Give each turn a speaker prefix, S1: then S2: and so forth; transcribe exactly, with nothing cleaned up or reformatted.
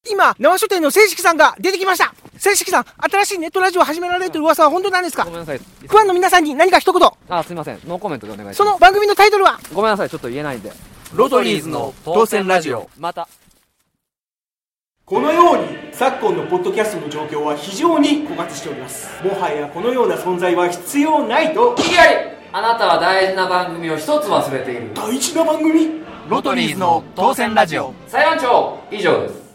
S1: 今縄書店の正式さんが出てきました。正式さん、新しいネットラジオを始められるという噂は本当なんですか？
S2: ごめんなさい。
S1: ファンの皆さんに何か一言。
S2: あ、すいません、ノーコメントでお願いします。
S1: その番組のタイトルは？
S2: ごめんなさい、ちょっと言えないんで。
S3: ロトリーズの当選ラジオ。
S2: また
S1: このように昨今のポッドキャストの状況は非常に枯渇しております。もはやこのような存在は必要ないと。
S4: いきなりあなたは大事な番組を一つ忘れている。
S1: 大事な番組？
S3: ロトリーズの当選ラジオ。
S4: 裁判長以上です。